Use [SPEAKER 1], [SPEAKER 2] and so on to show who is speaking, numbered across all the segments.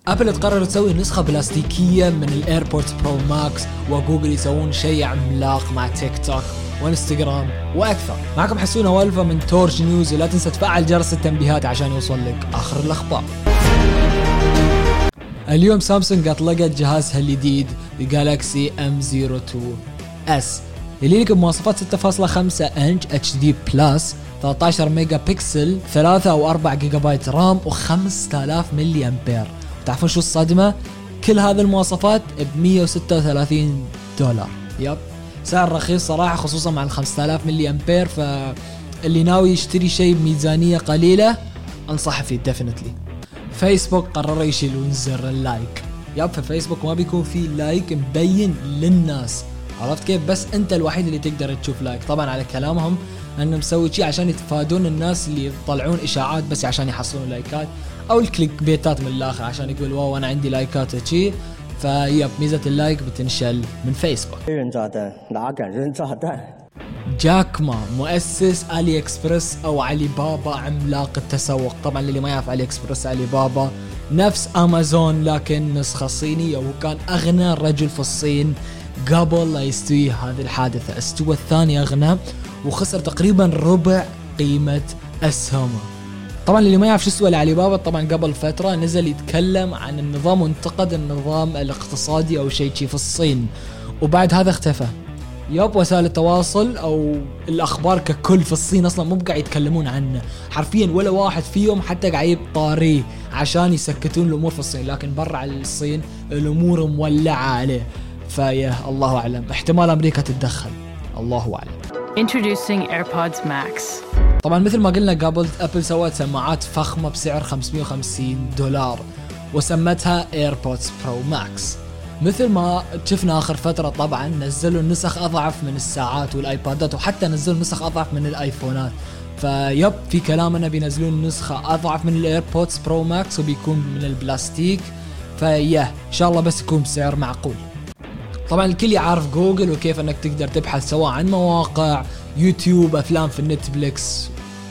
[SPEAKER 1] ابل تقرر تسوي نسخة بلاستيكية من الايربودز برو ماكس، وجوجل يسوون شيء عملاق مع تيك توك وانستغرام واكثر. معكم حسون والفا من تورش نيوز، ولا تنسى تفعل جرس التنبيهات عشان يوصل لك اخر الاخبار. اليوم سامسونج اطلقت جهازها الجديد جالكسي M02s اللي لك بمواصفات 6.5 انش HD بلس، 13 ميجا بكسل، 3 أو 4 جيجا بايت رام، و5000 ملي امبير. تعرفون شو الصدمة؟ كل هذه المواصفات $136. يب، سعر رخيص صراحة، خصوصا مع 5000 ملي امبير. فاللي ناوي يشتري شيء بميزانية قليلة انصح فيه ديفينتلي. فيسبوك قرروا يشيلون زر اللايك. يب، في فيسبوك ما بيكون فيه لايك مبين للناس، عرفت كيف؟ بس انت الوحيد اللي تقدر تشوف لايك. طبعا على كلامهم انهم مسوي شيء عشان يتفادون الناس اللي يطلعون اشاعات بس عشان يحصلون لايكات، او الكليك بيتات من الاخر عشان يقول واو انا عندي لايكات وشي. فيب، ميزة اللايك بتنشل من فيسبوك. جاك ما مؤسس علي اكسبرس او علي بابا، عملاق التسوق. طبعا اللي ما يعرف علي اكسبرس، علي بابا نفس امازون لكن نسخة صينية، وكان اغنى رجل في الصين قبل لا يستوي هذه الحادثة. استوى الثاني اغنى وخسر تقريبا ربع قيمة اسهمه. طبعا اللي ما يعرف شو سوى علي بابا، طبعا قبل فترة نزل يتكلم عن النظام وانتقد النظام الاقتصادي او شيء في الصين، وبعد هذا اختفى. يب، وسائل التواصل او الاخبار ككل في الصين اصلا مو قاعد يتكلمون عنه حرفيا، ولا واحد فيهم حتى قاعد يطاريه عشان يسكتون الامور في الصين. لكن برا الصين الامور مولعة عليه، فيا الله اعلم، احتمال امريكا تتدخل، الله اعلم.
[SPEAKER 2] Introducing AirPods Max.
[SPEAKER 1] طبعا مثل ما قلنا قبل، ابل سوت سماعات فخمة بسعر $550 وسمتها AirPods Pro Max. مثل ما شفنا آخر فترة طبعا نزلوا نسخ أضعف من الساعات والآيبادات، وحتى نزلوا نسخ أضعف من الآيفونات. فيب، في كلام أنه بينزلون نسخة أضعف من الإيربودز برو ماكس وبيكون من البلاستيك. فيه إن شاء الله بس يكون بسعر معقول. طبعا الكل يعرف جوجل وكيف أنك تقدر تبحث سواء عن مواقع يوتيوب، أفلام في نتفليكس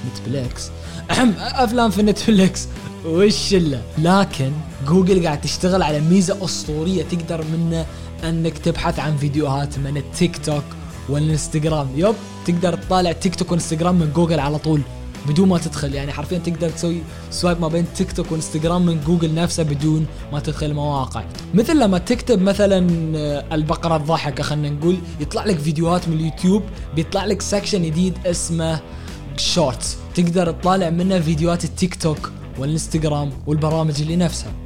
[SPEAKER 1] أفلام في نتفليكس والشلة. لكن جوجل قاعد تشتغل على ميزة أسطورية تقدر منه أنك تبحث عن فيديوهات من التيك توك والإنستغرام. يب، تقدر تطالع تيك توك وإنستغرام من جوجل على طول بدون ما تدخل، يعني حرفيا تقدر تسوي سوايب ما بين تيك توك وإنستغرام من جوجل نفسه بدون ما تدخل مواقع. مثل لما تكتب مثلا البقرة الضاحكة خلنا نقول، يطلع لك فيديوهات من اليوتيوب، بيطلع لك سكشن جديد اسمه شورتس، تقدر تطالع منه فيديوهات التيك توك والإنستغرام والبرامج اللي نفسها.